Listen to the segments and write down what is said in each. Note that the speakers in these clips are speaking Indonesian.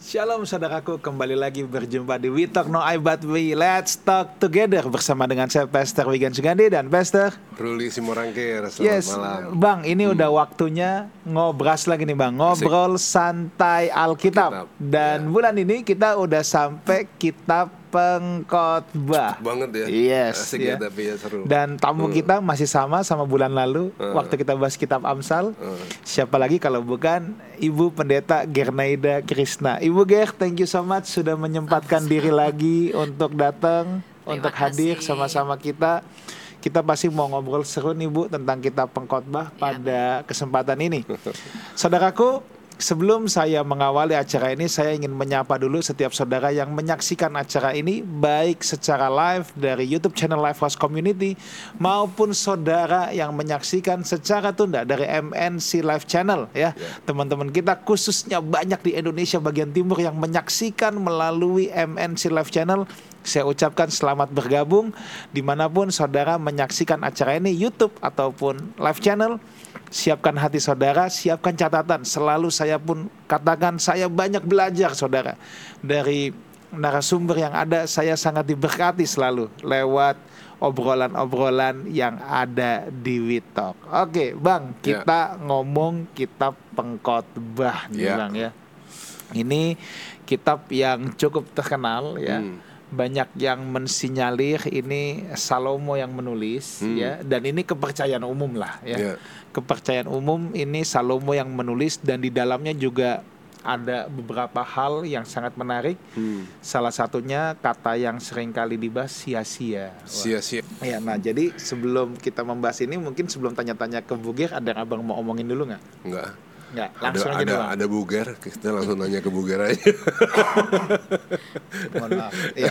Shalom saudaraku, kembali lagi berjumpa di We Talk No I But We Let's Talk Together bersama dengan saya Pastor Wigan Sugandi dan Pastor Ruli Simorangkir. Selamat malam Bang, ini udah waktunya ngobras lagi nih Bang, ngobrol santai Alkitab. Dan bulan ini kita udah sampai kitab Pengkhotbah. Banget ya. Yes. Asik ya, tapi ya seru. Dan tamu kita masih sama bulan lalu waktu kita bahas kitab Amsal. Siapa lagi kalau bukan Ibu Pendeta Gernaida Krishna. Ibu Ger, thank you so much sudah menyempatkan diri lagi untuk datang, untuk hadir sama-sama kita. Kita pasti mau ngobrol seru nih Bu tentang kitab Pengkhotbah pada kesempatan ini. Saudaraku, sebelum saya mengawali acara ini, saya ingin menyapa dulu setiap saudara yang menyaksikan acara ini, baik secara live dari YouTube channel Lifehouse Community, maupun saudara yang menyaksikan secara tunda dari MNC Live Channel ya. Teman-teman kita khususnya banyak di Indonesia bagian timur yang menyaksikan melalui MNC Live Channel. Saya ucapkan selamat bergabung dimanapun saudara menyaksikan acara ini, YouTube ataupun live channel. Siapkan hati saudara, siapkan catatan. Selalu saya pun katakan saya banyak belajar saudara. Dari narasumber yang ada, saya sangat diberkati selalu lewat obrolan-obrolan yang ada di We Talk. Oke Bang, kita ngomong kitab Pengkhotbah nih Bang ya. Ini kitab yang cukup terkenal ya. Banyak yang mensinyalir ini Salomo yang menulis ya, dan ini kepercayaan umum lah ya. Kepercayaan umum ini Salomo yang menulis, dan di dalamnya juga ada beberapa hal yang sangat menarik. Salah satunya kata yang sering kali dibahas, sia-sia. Sia-sia. Ya, nah jadi sebelum kita membahas ini, mungkin sebelum tanya-tanya ke Buger, ada yang abang mau omongin dulu nggak? Enggak. Nggak, langsung aja dulu. Ada Buger, kita langsung nanya ke Buger aja. Mohon maaf. Ya.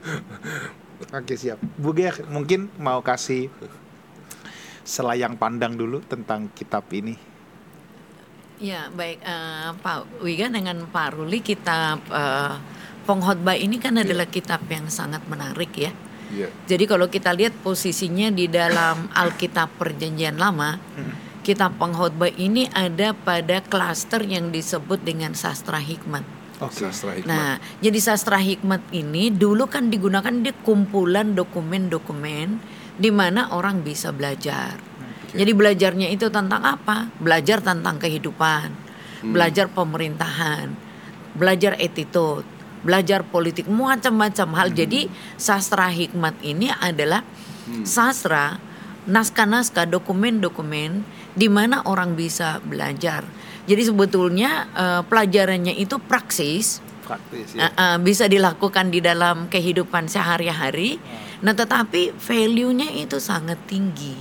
Oke siap. Buger mungkin mau kasih selayang pandang dulu tentang kitab ini. Ya baik, Pak Wigan dengan Pak Ruli, kitab Pengkhotbah ini kan adalah kitab yang sangat menarik ya. Jadi kalau kita lihat posisinya di dalam Alkitab Perjanjian Lama, kitab Pengkhotbah ini ada pada klaster yang disebut dengan sastra hikmat. Sastra hikmat. Nah, jadi sastra hikmat ini dulu kan digunakan di kumpulan dokumen-dokumen di mana orang bisa belajar. Jadi belajarnya itu tentang apa? Belajar tentang kehidupan, belajar pemerintahan, belajar attitude, belajar politik, macam-macam hal. Jadi sastra hikmat ini adalah sastra, naskah-naskah, dokumen-dokumen di mana orang bisa belajar. Jadi sebetulnya pelajarannya itu praktis ya. Bisa dilakukan di dalam kehidupan sehari-hari. Nah, tetapi value-nya itu sangat tinggi.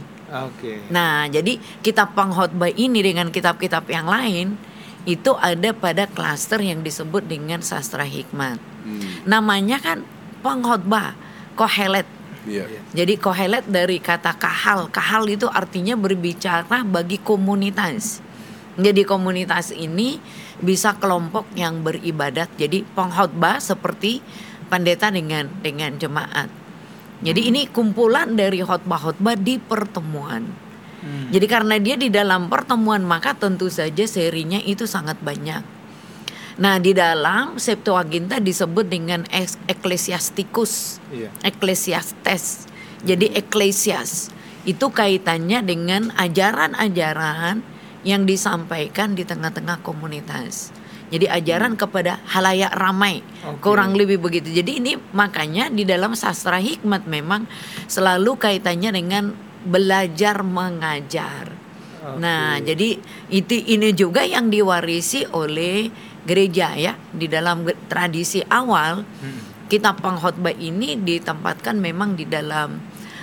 Nah, jadi kitab Pengkhotbah ini dengan kitab-kitab yang lain itu ada pada klaster yang disebut dengan sastra hikmat. Namanya kan Pengkhotbah, Kohelet. Jadi Kohelet dari kata kahal. Kahal itu artinya berbicara bagi komunitas. Jadi komunitas ini bisa kelompok yang beribadat. Jadi Pengkhotbah seperti pendeta dengan jemaat. Jadi ini kumpulan dari khotbah-khotbah di pertemuan. Jadi karena dia di dalam pertemuan, maka tentu saja serinya itu sangat banyak. Nah, di dalam Septuaginta disebut dengan Ecclesiasticus, Ecclesiastes. Jadi Ecclesias itu kaitannya dengan ajaran-ajaran yang disampaikan di tengah-tengah komunitas. Jadi ajaran kepada halayak ramai, kurang lebih begitu. Jadi ini makanya di dalam sastra hikmat memang selalu kaitannya dengan belajar mengajar. Nah, jadi ini juga yang diwarisi oleh gereja ya. Di dalam tradisi awal kitab Pengkhotbah ini ditempatkan memang di dalam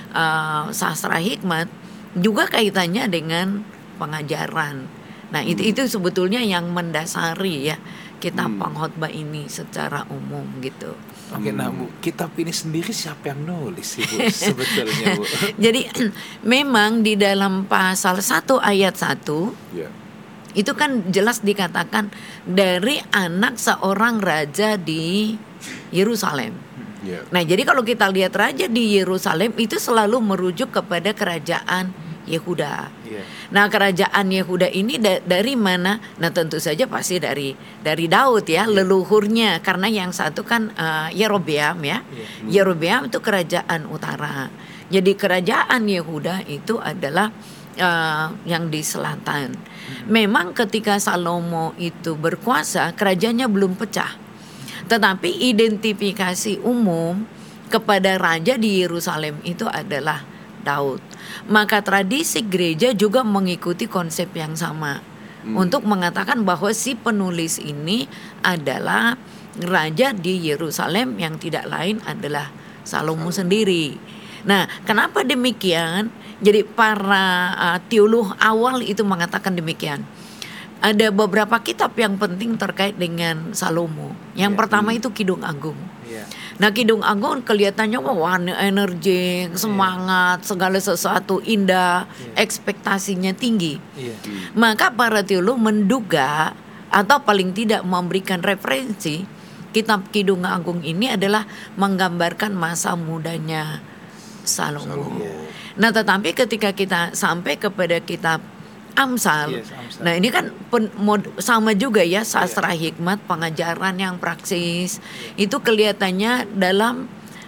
sastra hikmat, juga kaitannya dengan pengajaran. Nah, itu sebetulnya yang mendasari ya kitab Pengkhotbah ini secara umum gitu. Oke, nah Bu, kitab ini sendiri siapa yang nulis sih Bu sebetulnya Bu? Jadi memang di dalam pasal 1 ayat 1 itu kan jelas dikatakan dari anak seorang raja di Yerusalem. Nah, jadi kalau kita lihat raja di Yerusalem itu selalu merujuk kepada kerajaan Yehuda. Iya. Nah, kerajaan Yehuda ini dari mana? Nah, tentu saja pasti dari Daud ya, leluhurnya. Karena yang satu kan Yerobeam ya. Yerobeam itu kerajaan utara. Jadi kerajaan Yehuda itu adalah yang di selatan. Memang ketika Salomo itu berkuasa, kerajaannya belum pecah. Tetapi identifikasi umum kepada raja di Yerusalem itu adalah Daud. Maka tradisi gereja juga mengikuti konsep yang sama untuk mengatakan bahwa si penulis ini adalah raja di Yerusalem yang tidak lain adalah Salomo sendiri. Nah, kenapa demikian? Jadi para teolog awal itu mengatakan demikian. Ada beberapa kitab yang penting terkait dengan Salomo. Yang pertama itu Kidung Agung. Nah, Kidung Agung kelihatannya warna energi, semangat, segala sesuatu indah, ekspektasinya tinggi. Maka para teolog menduga atau paling tidak memberikan referensi kitab Kidung Agung ini adalah menggambarkan masa mudanya Salomo. Nah, tetapi ketika kita sampai kepada kitab Amsal. Nah, ini kan sama juga ya, sastra hikmat, pengajaran yang praksis. Itu kelihatannya dalam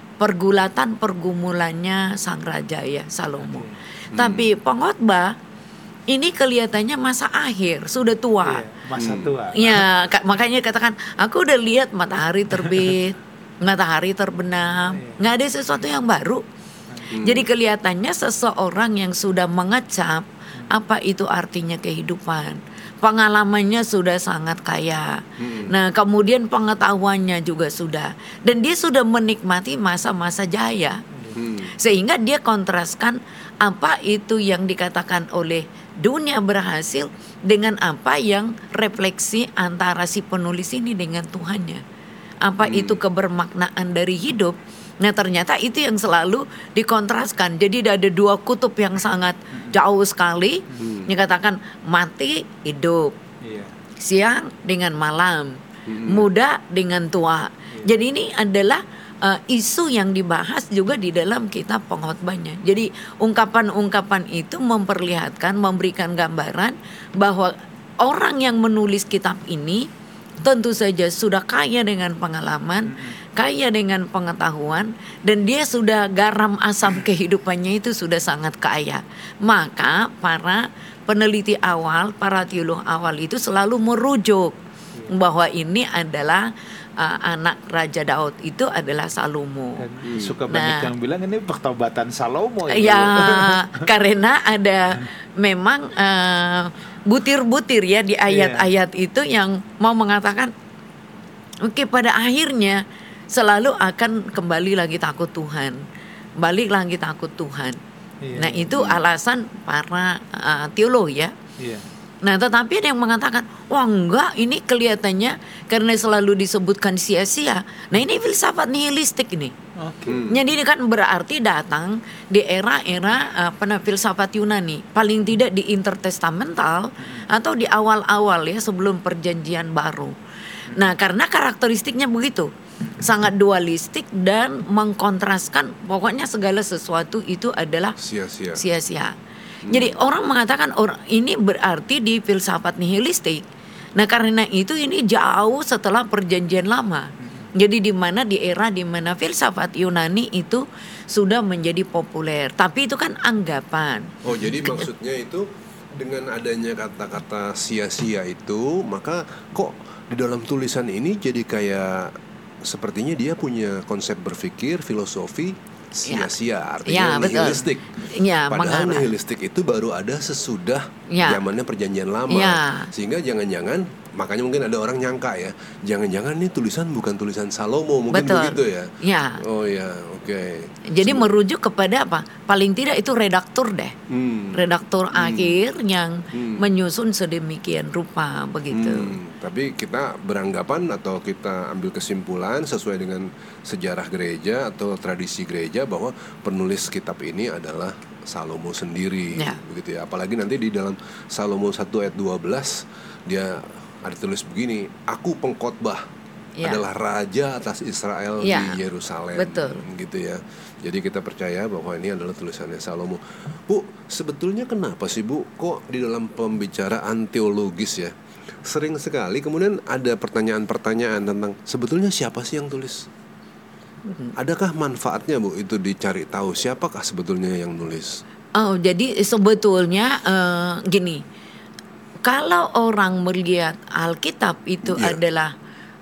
pergumulannya sang raja ya, Salomo. Tapi pengkhotbah ini kelihatannya masa akhir, sudah tua. Masa tua. Ya, makanya katakan, aku udah lihat matahari terbit, matahari terbenam, nggak ada sesuatu yang baru. Jadi kelihatannya seseorang yang sudah mengecap apa itu artinya kehidupan, pengalamannya sudah sangat kaya. Nah, kemudian pengetahuannya juga sudah, dan dia sudah menikmati masa-masa jaya. Sehingga dia kontraskan apa itu yang dikatakan oleh dunia berhasil dengan apa yang refleksi antara si penulis ini dengan Tuhannya. Apa itu kebermaknaan dari hidup. Nah, ternyata itu yang selalu dikontraskan. Jadi ada dua kutub yang sangat jauh sekali. Dikatakan mati hidup, siang dengan malam, muda dengan tua. Jadi ini adalah isu yang dibahas juga di dalam kitab pengkhotbahnya. Jadi ungkapan-ungkapan itu memperlihatkan, memberikan gambaran bahwa orang yang menulis kitab ini tentu saja sudah kaya dengan pengalaman, kaya dengan pengetahuan, dan dia sudah garam asam kehidupannya itu sudah sangat kaya. Maka para peneliti awal, para teolog awal itu selalu merujuk bahwa ini adalah anak Raja Daud itu adalah Salomo. Dan suka banyak yang bilang ini pertobatan Salomo ya. Ya, karena ada memang butir-butir ya di ayat-ayat itu yang mau mengatakan oke, pada akhirnya selalu akan kembali lagi takut Tuhan, balik lagi takut Tuhan. Nah, itu alasan para teolog ya. Nah, tetapi ada yang mengatakan, wah enggak, ini kelihatannya karena selalu disebutkan sia-sia. Nah, ini filsafat nihilistik ini. Jadi ini kan berarti datang di era-era filsafat Yunani, paling tidak di intertestamental atau di awal-awal ya sebelum perjanjian baru. Nah, karena karakteristiknya begitu, sangat dualistik dan mengkontraskan, pokoknya segala sesuatu itu adalah sia-sia. Jadi orang mengatakan ini berarti di filsafat nihilistik. Nah, karena itu ini jauh setelah perjanjian lama. Jadi di era di mana filsafat Yunani itu sudah menjadi populer. Tapi itu kan anggapan. Oh, jadi maksudnya itu dengan adanya kata-kata sia-sia itu, maka kok di dalam tulisan ini jadi kayak sepertinya dia punya konsep berpikir, filosofi sia-sia, artinya nihilistik. Padahal nihilistik itu baru ada sesudah zamannya perjanjian lama. Sehingga jangan-jangan, makanya mungkin ada orang nyangka ya, jangan-jangan ini tulisan bukan tulisan Salomo, mungkin begitu ya. Oh ya, oke. Jadi merujuk kepada apa? Paling tidak itu redaktur deh. Redaktur akhir yang menyusun sedemikian rupa begitu. Tapi kita beranggapan atau kita ambil kesimpulan sesuai dengan sejarah gereja atau tradisi gereja bahwa penulis kitab ini adalah Salomo sendiri, begitu ya. Apalagi nanti di dalam Salomo 1 ayat 12 dia ada tulis begini, aku pengkhotbah Ya. adalah raja atas Israel Ya. di Yerusalem. Betul. Gitu ya. Jadi kita percaya bahwa ini adalah tulisannya Salomo. Bu, sebetulnya kenapa sih Bu kok di dalam pembicaraan teologis ya sering sekali kemudian ada pertanyaan-pertanyaan tentang sebetulnya siapa sih yang tulis? Adakah manfaatnya Bu itu dicari tahu siapakah sebetulnya yang nulis? Oh, jadi sebetulnya gini, kalau orang melihat Alkitab itu Ya. adalah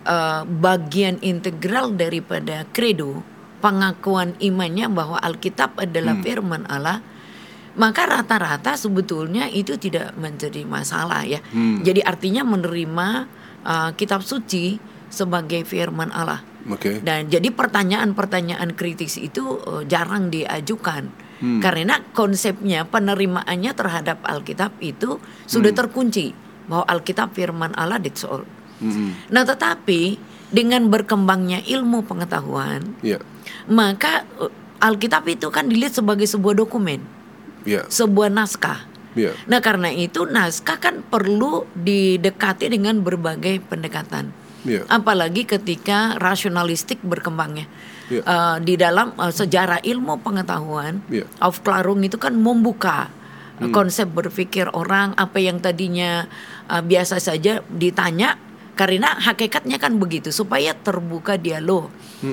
bagian integral daripada kredo, pengakuan imannya bahwa Alkitab adalah firman Allah, maka rata-rata sebetulnya itu tidak menjadi masalah ya. Jadi artinya menerima kitab suci sebagai firman Allah. Oke. Dan jadi pertanyaan-pertanyaan kritis itu jarang diajukan. Karena konsepnya penerimaannya terhadap Alkitab itu sudah terkunci bahwa Alkitab firman Allah that's all. Nah, tetapi dengan berkembangnya ilmu pengetahuan, Ya. maka Alkitab itu kan dilihat sebagai sebuah dokumen, Ya. sebuah naskah. Ya. Nah, karena itu naskah kan perlu didekati dengan berbagai pendekatan. Ya. Apalagi ketika rasionalistik berkembangnya. Ya. Di dalam sejarah ilmu pengetahuan, Ya. Aufklärung itu kan membuka konsep berpikir orang, apa yang tadinya biasa saja ditanya, karena hakikatnya kan begitu, supaya terbuka dialog,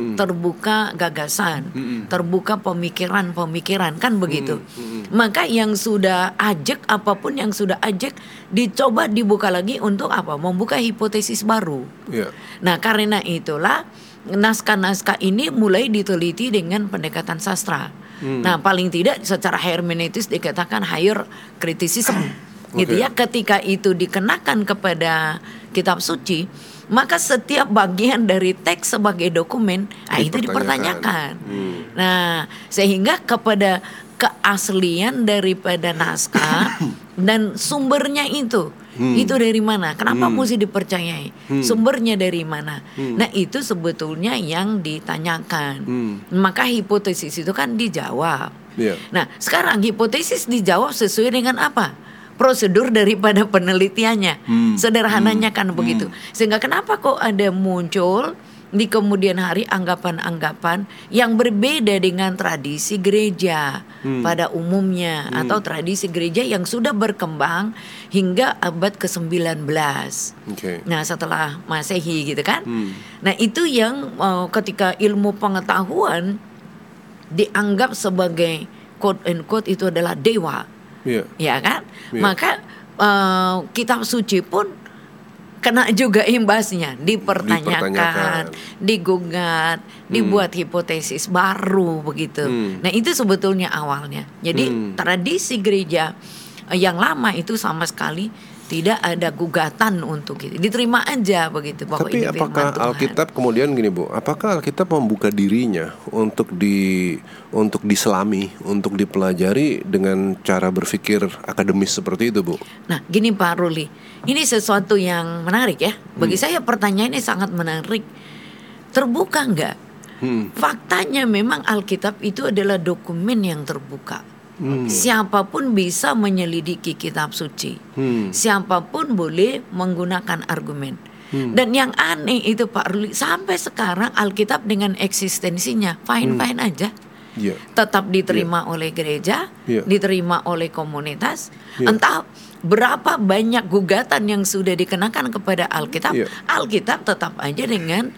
terbuka gagasan, terbuka pemikiran-pemikiran, kan begitu. Maka yang sudah ajek, apapun yang sudah ajek, dicoba dibuka lagi untuk apa? Membuka hipotesis baru. Ya. Nah, karena itulah naskah-naskah ini mulai diteliti dengan pendekatan sastra. Nah, paling tidak secara hermeneutis dikatakan higher criticism. Gitu ya, ketika itu dikenakan kepada kitab suci, maka setiap bagian dari teks sebagai dokumen itu dipertanyakan. Nah, sehingga kepada keaslian daripada naskah dan sumbernya itu dari mana? Kenapa mesti dipercayai? Sumbernya dari mana? Nah, itu sebetulnya yang ditanyakan. Maka hipotesis itu kan dijawab. Ya. Nah, sekarang hipotesis dijawab sesuai dengan apa? Prosedur daripada penelitiannya. Sederhananya kan begitu. Sehingga kenapa kok ada muncul di kemudian hari anggapan-anggapan yang berbeda dengan tradisi gereja pada umumnya, atau tradisi gereja yang sudah berkembang hingga abad ke-19. Oke. Nah, setelah Masehi gitu kan. Nah, itu yang ketika ilmu pengetahuan dianggap sebagai quote and quote itu adalah dewa. Ya. Ya kan? Iya. Maka kitab suci pun kena juga imbasnya, dipertanyakan, digugat, dibuat hipotesis baru begitu. Nah, itu sebetulnya awalnya. Jadi tradisi gereja yang lama itu sama sekali tidak ada gugatan untuk itu, diterima aja begitu bahwa Tapi ini firman apakah Tuhan. Alkitab kemudian gini Bu, apakah Alkitab membuka dirinya untuk diselami, untuk dipelajari dengan cara berpikir akademis seperti itu Bu? Nah, gini Pak Ruli, ini sesuatu yang menarik ya. Bagi saya pertanyaannya sangat menarik. Terbuka nggak? Faktanya memang Alkitab itu adalah dokumen yang terbuka. Siapapun bisa menyelidiki kitab suci. Siapapun boleh menggunakan argumen. Dan yang aneh itu Pak Ruli, sampai sekarang Alkitab dengan eksistensinya fine-fine aja. Ya. Tetap diterima oleh gereja, Yeah. diterima oleh komunitas. Yeah. Entah berapa banyak gugatan yang sudah dikenakan kepada Alkitab, Yeah. Alkitab tetap aja dengan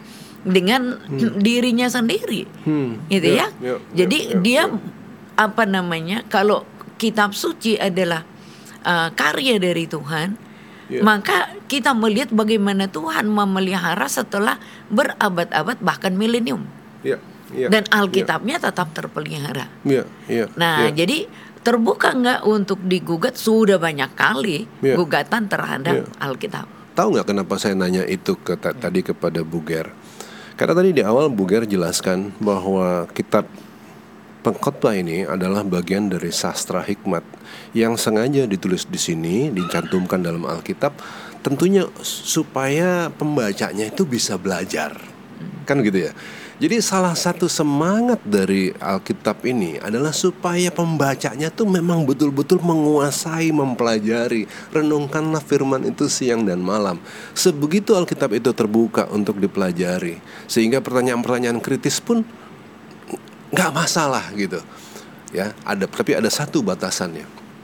dirinya sendiri, gitu Yeah, ya. yeah, Jadi yeah, dia yeah. apa namanya? Kalau kitab suci adalah karya dari Tuhan, Yeah. maka kita melihat bagaimana Tuhan memelihara setelah berabad-abad bahkan milenium. Ya. Ya. Dan Alkitabnya tetap terpelihara. Ya. Ya. Nah, ya. jadi terbuka nggak untuk digugat? Sudah banyak kali Ya. gugatan terhadap Ya. Alkitab. Tahu nggak kenapa saya nanya itu tadi kepada Bu Ger? Karena tadi di awal Bu Ger jelaskan bahwa kitab Pengkhotbah ini adalah bagian dari sastra hikmat yang sengaja ditulis di sini, dicantumkan dalam Alkitab, tentunya supaya pembacanya itu bisa belajar, kan gitu ya. Jadi salah satu semangat dari Alkitab ini adalah supaya pembacanya tuh memang betul-betul menguasai, mempelajari. Renungkanlah firman itu siang dan malam. Sebegitu Alkitab itu terbuka untuk dipelajari, sehingga pertanyaan-pertanyaan kritis pun nggak masalah gitu. Ya, tapi ada satu batasannya.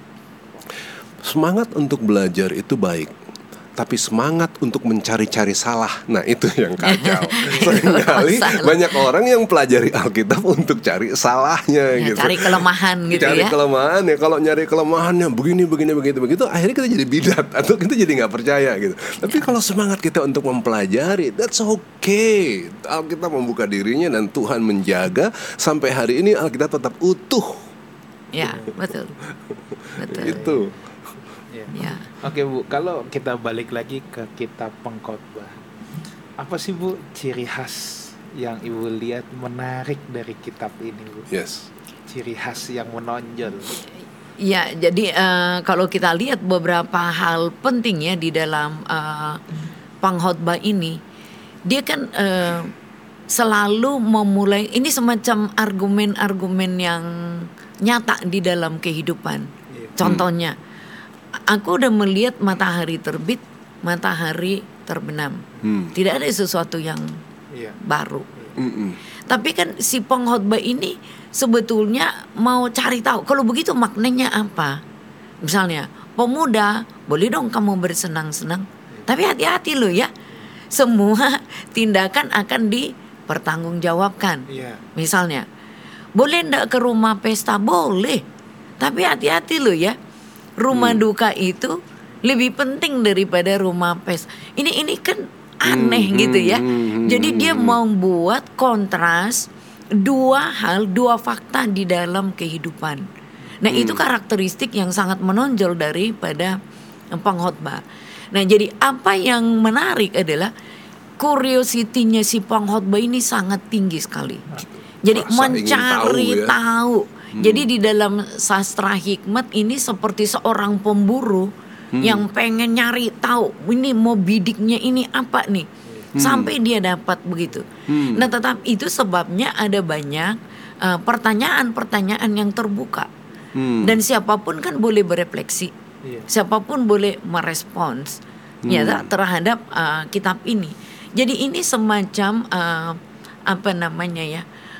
Semangat untuk belajar itu baik, tapi semangat untuk mencari-cari salah, nah itu yang kacau. Seringkali banyak orang yang pelajari Alkitab untuk cari salahnya, ya, gitu. Cari kelemahan gitu cari ya. kelemahan ya. Kalau nyari kelemahannya begini, begitu, akhirnya kita jadi bidat atau kita jadi nggak percaya gitu. Tapi kalau semangat kita untuk mempelajari, that's okay. Alkitab membuka dirinya dan Tuhan menjaga sampai hari ini Alkitab tetap utuh. Ya, betul. Itu. Ya. Oke Bu, kalau kita balik lagi ke kitab Pengkhotbah, apa sih Bu ciri khas yang Ibu lihat menarik dari kitab ini Bu? Yes. Ciri khas yang menonjol. Ya, jadi kalau kita lihat beberapa hal penting ya di dalam Pengkhotbah ini, dia kan selalu memulai, ini semacam argumen-argumen yang nyata di dalam kehidupan. Contohnya, aku udah melihat matahari terbit, matahari terbenam. Tidak ada sesuatu yang baru. Tapi kan si pengkhotbah ini sebetulnya mau cari tahu, kalau begitu maknanya apa. Misalnya, pemuda, boleh dong kamu bersenang-senang. Tapi hati-hati loh ya, semua tindakan akan dipertanggungjawabkan. Misalnya, boleh ndak ke rumah pesta? Boleh. Tapi hati-hati loh ya, rumah duka itu lebih penting daripada rumah pesta. Ini kan aneh gitu ya. Jadi dia membuat kontras dua fakta di dalam kehidupan. Nah itu karakteristik yang sangat menonjol daripada pengkhotbah. Nah jadi apa yang menarik adalah curiosity-nya si pengkhotbah ini sangat tinggi sekali. Jadi mencari tahu. Jadi di dalam sastra hikmat ini seperti seorang pemburu yang pengen nyari tahu ini mau bidiknya ini apa nih, sampai dia dapat begitu. Nah tetap itu sebabnya ada banyak pertanyaan-pertanyaan yang terbuka dan siapapun kan boleh berefleksi, siapapun boleh merespons ya terhadap kitab ini. Jadi ini semacam apa namanya ya,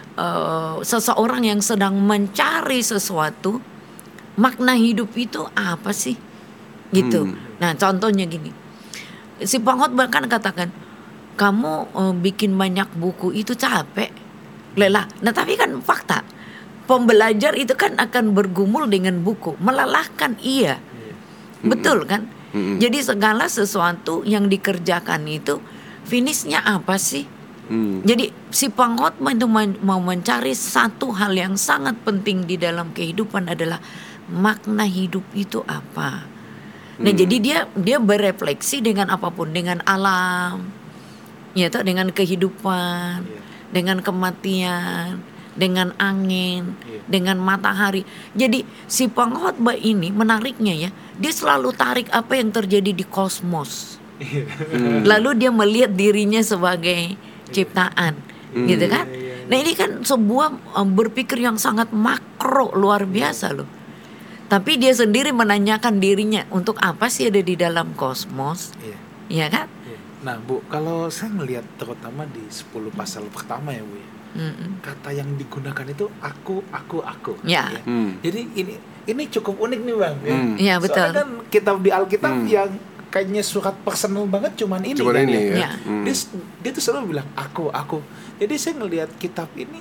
seseorang yang sedang mencari sesuatu, makna hidup itu apa sih gitu. Nah contohnya gini, si pengkhotbah kan katakan kamu bikin banyak buku itu capek lelah. Nah tapi kan fakta, pembelajar itu kan akan bergumul dengan buku, melelahkan iya. Betul kan? Jadi segala sesuatu yang dikerjakan itu finishnya apa sih? Jadi si pengkhotbah itu mau mencari satu hal yang sangat penting di dalam kehidupan adalah makna hidup itu apa. Nah jadi dia berefleksi dengan apapun, dengan alam, ya toh, dengan kehidupan, dengan kematian, dengan angin, dengan matahari. Jadi si pengkhotbah ini menariknya ya, dia selalu tarik apa yang terjadi di kosmos. Lalu dia melihat dirinya sebagai ciptaan, gitu kan? Nah ini kan sebuah berpikir yang sangat makro, luar biasa loh. Tapi dia sendiri menanyakan dirinya, untuk apa sih ada di dalam kosmos, ya kan? Nah Bu, kalau saya melihat terutama di 10 pasal pertama ya Bu ya, kata yang digunakan itu aku. Ya. Jadi ini cukup unik nih Bang. Ya betul. Soalnya kan kitab di Alkitab yang kayaknya surat personal banget cuman ini kan ini, ya. Dia tuh selalu bilang aku. Jadi saya ngelihat kitab ini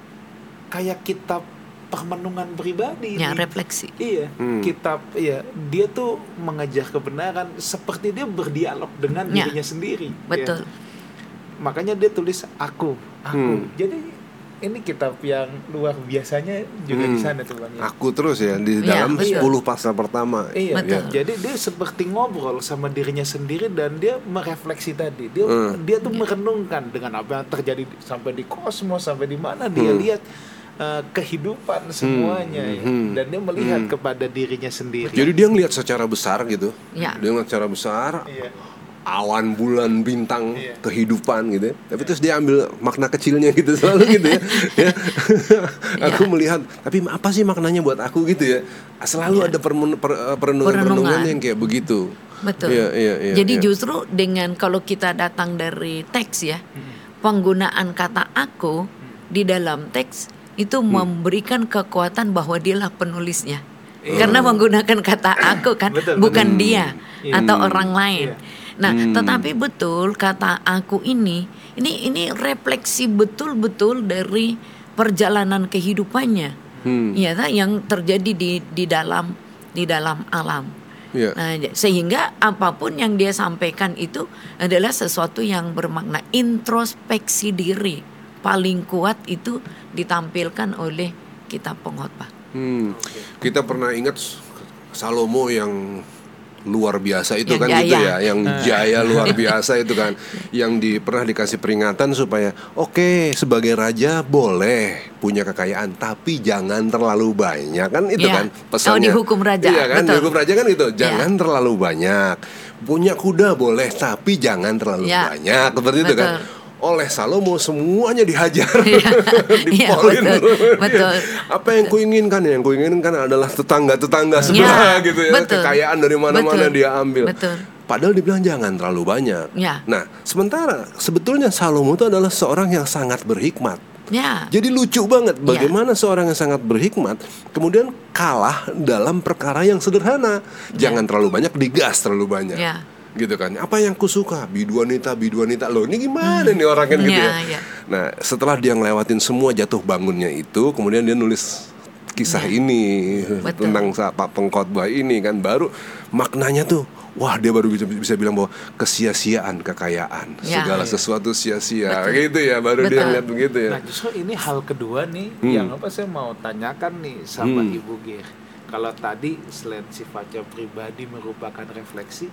kayak kitab permenungan pribadi. Ya, nih. refleksi. Iya, kitab dia tuh mengejar kebenaran seperti dia berdialog dengan dirinya sendiri. Betul. Ya. Makanya dia tulis aku. Jadi ini kitab yang luar biasanya juga di sana tuh Bang. Aku terus ya di dalam 10 pasal pertama. Iya. Jadi dia seperti ngobrol sama dirinya sendiri dan dia merefleksi tadi. Dia tuh merenungkan dengan apa yang terjadi sampai di kosmos, sampai di mana dia lihat kehidupan semuanya dan dia melihat kepada dirinya sendiri. Jadi dia ngelihat secara besar gitu. Ya. Dia ngelihat secara besar. awan, bulan, bintang, kehidupan gitu ya. Tapi terus dia ambil makna kecilnya gitu selalu gitu ya. Ya. Aku melihat, tapi apa sih maknanya buat aku gitu ya. Selalu ada perenungan yang kayak begitu. Betul. Jadi justru dengan kalau kita datang dari teks ya, penggunaan kata aku di dalam teks itu memberikan kekuatan bahwa dialah penulisnya. Karena menggunakan kata aku kan, bukan dia atau orang lain. Nah, tetapi betul kata aku ini refleksi betul-betul dari perjalanan kehidupannya, ya, yang terjadi di dalam alam. Nah, sehingga apapun yang dia sampaikan itu adalah sesuatu yang bermakna. Introspeksi diri paling kuat itu ditampilkan oleh kitab Pengkhotbah. Kita pernah ingat Salomo yang luar biasa itu yang kan jaya. Gitu ya, yang jaya luar biasa itu kan, yang pernah dikasih peringatan supaya sebagai raja boleh punya kekayaan tapi jangan terlalu banyak kan itu kan pesannya. Di hukum raja. Iya kan, di hukum raja kan itu jangan terlalu banyak. Punya kuda boleh tapi jangan terlalu banyak seperti itu kan. Oleh Salomo semuanya dihajar, dipolin. Betul. Apa yang kuinginkan? Yang kuinginkan adalah tetangga sebelah gitu ya. Kekayaan dari mana-mana dia ambil. Padahal dibilang jangan terlalu banyak. Nah, sementara sebetulnya Salomo itu adalah seorang yang sangat berhikmat. Jadi lucu banget bagaimana seorang yang sangat berhikmat kemudian kalah dalam perkara yang sederhana. Jangan terlalu banyak, digas terlalu banyak. Gitu kan, apa yang kusuka biduanita loh, ini gimana nih orang kan gitu ya. Nah, setelah dia ngelewatin semua jatuh bangunnya itu, kemudian dia nulis kisah ini tentang Pak Pengkhotbah ini kan, baru maknanya tuh wah, dia baru bisa bilang bahwa kesia-siaan kekayaan, segala sesuatu sia-sia gitu ya, baru dia lihat begitu ya. Nah, justru ini hal kedua nih yang saya mau tanyakan nih sama Ibu Ger. Kalau tadi selain sifatnya pribadi merupakan refleksi,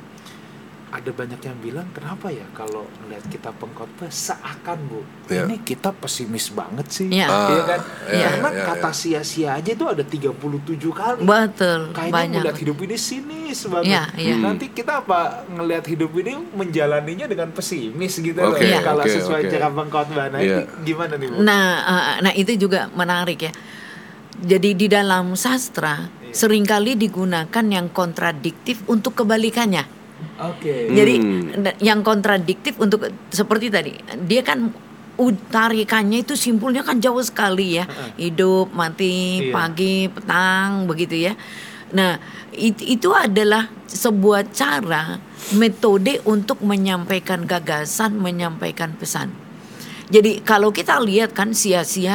ada banyak yang bilang kenapa ya kalau melihat kitab Pengkhotbah seakan ini kita pesimis banget sih, kan? Karena kata sia-sia aja itu ada 37 kali. Betul. Kayaknya melihat hidup ini sinis banget. Nanti kita apa ngelihat hidup ini menjalaninya dengan pesimis gitu loh. Kalau sesuai cara Pengkhotbah. Nah, ini gimana nih Bu? Nah itu juga menarik ya. Jadi di dalam sastra seringkali digunakan yang kontradiktif untuk kebalikannya. Jadi yang kontradiktif untuk seperti tadi, dia kan tarikannya itu simpulnya kan jauh sekali ya, hidup, mati, pagi, petang, begitu ya. Nah itu adalah sebuah cara, metode untuk menyampaikan gagasan, menyampaikan pesan. Jadi kalau kita lihat kan sia-sia.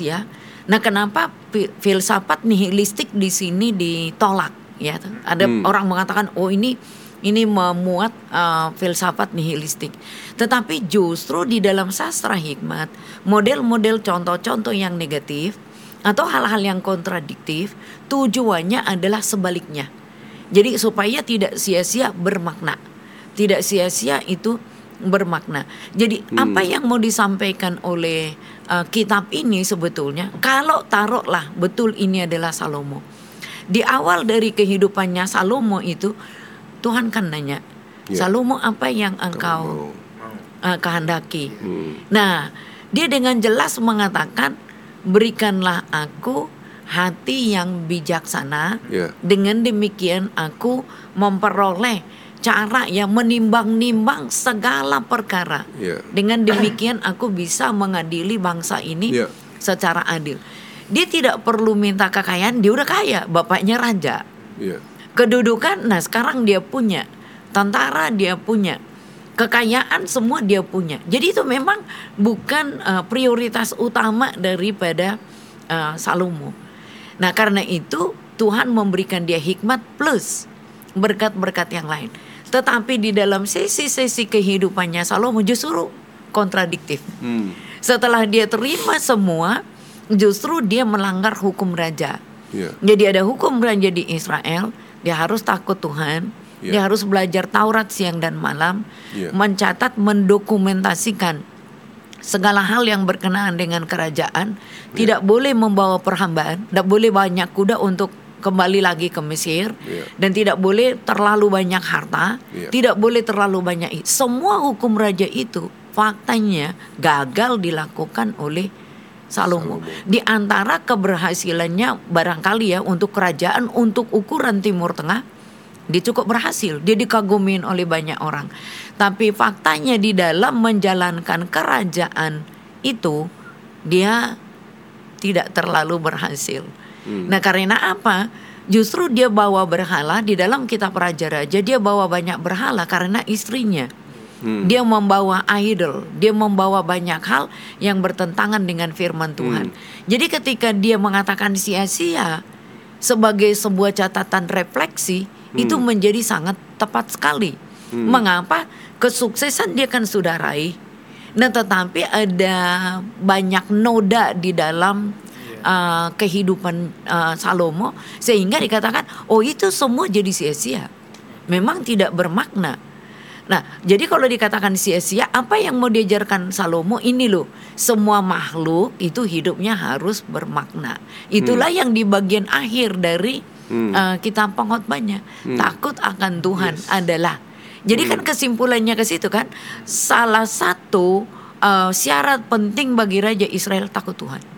Nah kenapa filsafat nihilistik di sini ditolak? Ya, ada orang mengatakan ini memuat filsafat nihilistik. Tetapi justru di dalam sastra hikmat, model-model contoh-contoh yang negatif atau hal-hal yang kontradiktif, tujuannya adalah sebaliknya. Jadi supaya tidak sia-sia bermakna. Tidak sia-sia itu bermakna. Jadi apa yang mau disampaikan oleh kitab ini sebetulnya, kalau taruhlah betul ini adalah Salomo. Di awal dari kehidupannya Salomo itu, Tuhan kan nanya, Salomo apa yang engkau kehendaki? Nah, dia dengan jelas mengatakan, berikanlah aku hati yang bijaksana. Dengan demikian aku memperoleh cara yang menimbang-nimbang segala perkara. Dengan demikian aku bisa mengadili bangsa ini secara adil. Dia tidak perlu minta kekayaan, dia udah kaya, bapaknya raja. Kedudukan, nah sekarang dia punya, tentara dia punya, kekayaan semua dia punya. Jadi itu memang bukan prioritas utama daripada Salomo. Nah karena itu Tuhan memberikan dia hikmat plus berkat-berkat yang lain. Tetapi di dalam sesi-sesi kehidupannya Salomo justru kontradiktif. Setelah dia terima semua, justru dia melanggar hukum raja. Jadi ada hukum raja di Israel. Dia harus takut Tuhan, dia harus belajar Taurat siang dan malam, mencatat, mendokumentasikan segala hal yang berkenaan dengan kerajaan, tidak boleh membawa perhambaan, tidak boleh banyak kuda untuk kembali lagi ke Mesir, Iya. dan tidak boleh terlalu banyak harta, Iya. tidak boleh terlalu banyak. Semua hukum raja itu faktanya gagal dilakukan oleh Salomo. Di antara keberhasilannya barangkali ya untuk kerajaan, untuk ukuran Timur Tengah, dia cukup berhasil. Dia dikagumin oleh banyak orang. Tapi faktanya di dalam menjalankan kerajaan itu dia tidak terlalu berhasil. Nah, karena apa? Justru dia bawa berhala di dalam kitab Raja-Raja, dia bawa banyak berhala karena istrinya. Dia membawa idol, dia membawa banyak hal yang bertentangan dengan firman Tuhan. Jadi ketika dia mengatakan sia-sia sebagai sebuah catatan refleksi, itu menjadi sangat tepat sekali. Mengapa? Kesuksesan dia kan sudah raih. Nah, tetapi ada banyak noda di dalam kehidupan Salomo, sehingga dikatakan, oh itu semua jadi sia-sia. Memang tidak bermakna. Nah, jadi kalau dikatakan sia-sia, apa yang mau diajarkan Salomo ini loh, semua makhluk itu hidupnya harus bermakna. Itulah yang di bagian akhir dari kitab pengkhotbahnya. Takut akan Tuhan adalah. Jadi kan kesimpulannya ke situ kan, salah satu syarat penting bagi Raja Israel takut Tuhan.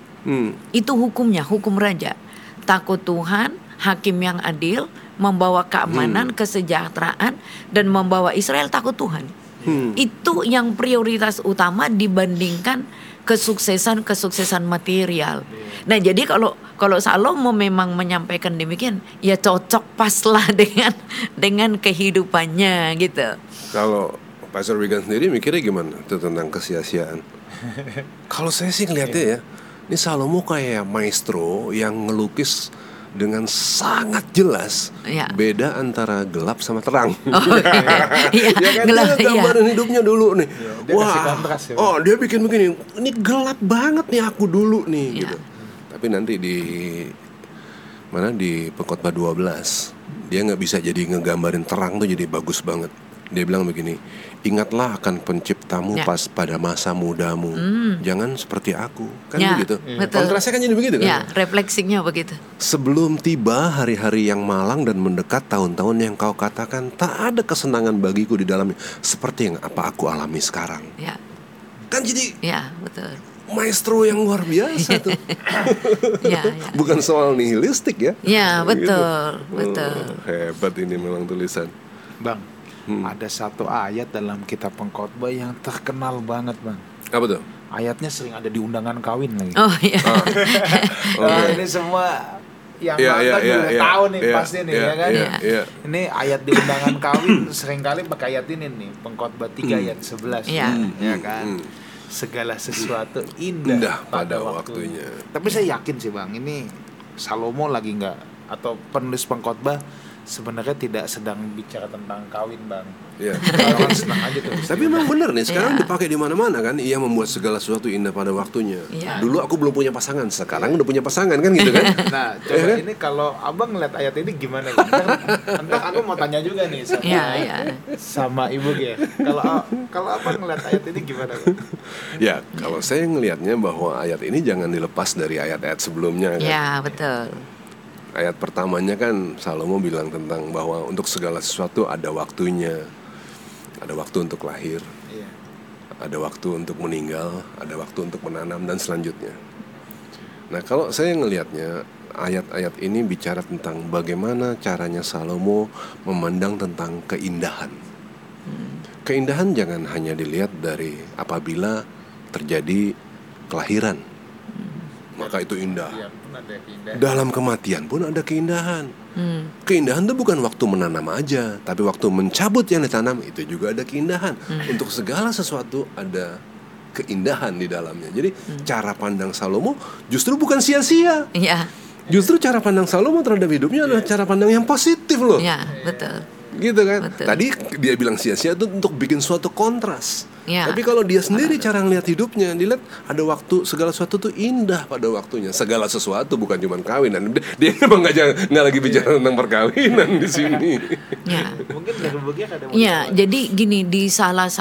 Itu hukumnya, hukum raja. Takut Tuhan, hakim yang adil, membawa keamanan, kesejahteraan, dan membawa Israel takut Tuhan. Itu yang prioritas utama dibandingkan kesuksesan material. Nah, jadi kalau Salomo memang menyampaikan demikian, ya cocok paslah dengan kehidupannya gitu. Kalau Pastor Wigan sendiri mikirnya gimana tuh tentang kesia-siaan? Kalau saya sih ngeliatnya ya, ini Salomo kayak maestro yang ngelukis dengan sangat jelas beda antara gelap sama terang. Iya, Ya kan, gelap, dia gambarin hidupnya dulu nih. dia kasih kontras ya. Oh dia bikin begini, ini gelap banget nih aku dulu nih gitu. Tapi nanti di Pengkhotbah 12 dia nggak bisa jadi ngegambarin terang tuh jadi bagus banget. Dia bilang begini, ingatlah akan penciptamu pas pada masa mudamu, jangan seperti aku, kan begitu. Kontrasnya kan jadi begitu kan. Ya, refleksinya begitu. Sebelum tiba hari-hari yang malang dan mendekat tahun-tahun yang kau katakan tak ada kesenangan bagiku di dalamnya, seperti yang apa aku alami sekarang. Ya. Kan jadi betul. Maestro yang luar biasa tuh. Bukan soal nihilistik ya. Ya, betul, gitu. betul. Hebat ini memang tulisan. Bang, ada satu ayat dalam kitab Pengkhotbah yang terkenal banget, Bang. Apa tuh? Ayatnya sering ada di undangan kawin lagi. Oh iya. Ini semua yang nonton juga tahu nih pasti nih ya kan. Ini ayat di undangan kawin seringkali pakai ayat ini nih, Pengkhotbah 3 ayat 11. Ya kan. Segala sesuatu indah pada waktunya. Tapi saya yakin sih Bang, ini Salomo lagi nggak, atau penulis Pengkhotbah sebenarnya tidak sedang bicara tentang kawin Bang. Iya. Orang senang aja tuh. Tapi memang benar nih, sekarang dipakai di mana-mana kan. Ia membuat segala sesuatu indah pada waktunya. Dulu aku belum punya pasangan, sekarang udah punya pasangan kan gitu kan. Nah, coba ini kalau Abang ngeliat ayat ini gimana? Ntar aku mau tanya juga nih sama Ibu ya. Kalau Abang ngeliat ayat ini gimana? Ya, kalau saya ngelihatnya bahwa ayat ini jangan dilepas dari ayat-ayat sebelumnya kan. Ya, betul. Ayat pertamanya kan Salomo bilang tentang bahwa untuk segala sesuatu ada waktunya. Ada waktu untuk lahir, ada waktu untuk meninggal, ada waktu untuk menanam dan selanjutnya. Nah, kalau saya ngelihatnya ayat-ayat ini bicara tentang bagaimana caranya Salomo memandang tentang keindahan. Keindahan jangan hanya dilihat dari apabila terjadi kelahiran, maka itu indah. Dalam kematian pun ada keindahan. Keindahan itu bukan waktu menanam aja, tapi waktu mencabut yang ditanam itu juga ada keindahan. Untuk segala sesuatu ada keindahan di dalamnya. Jadi cara pandang Salomo justru bukan sia-sia. Justru cara pandang Salomo terhadap hidupnya adalah cara pandang yang positif loh. Ya, betul. Gitu kan. Betul. Tadi dia bilang sia-sia itu untuk bikin suatu kontras. Tapi kalau dia sendiri cara ngeliat hidupnya, dilihat ada waktu, segala sesuatu tuh indah pada waktunya. Segala sesuatu bukan cuma kawinan. Dia memang nggak lagi bicara tentang perkawinan di sini. Mungkin dari bagian ada. Jadi gini, di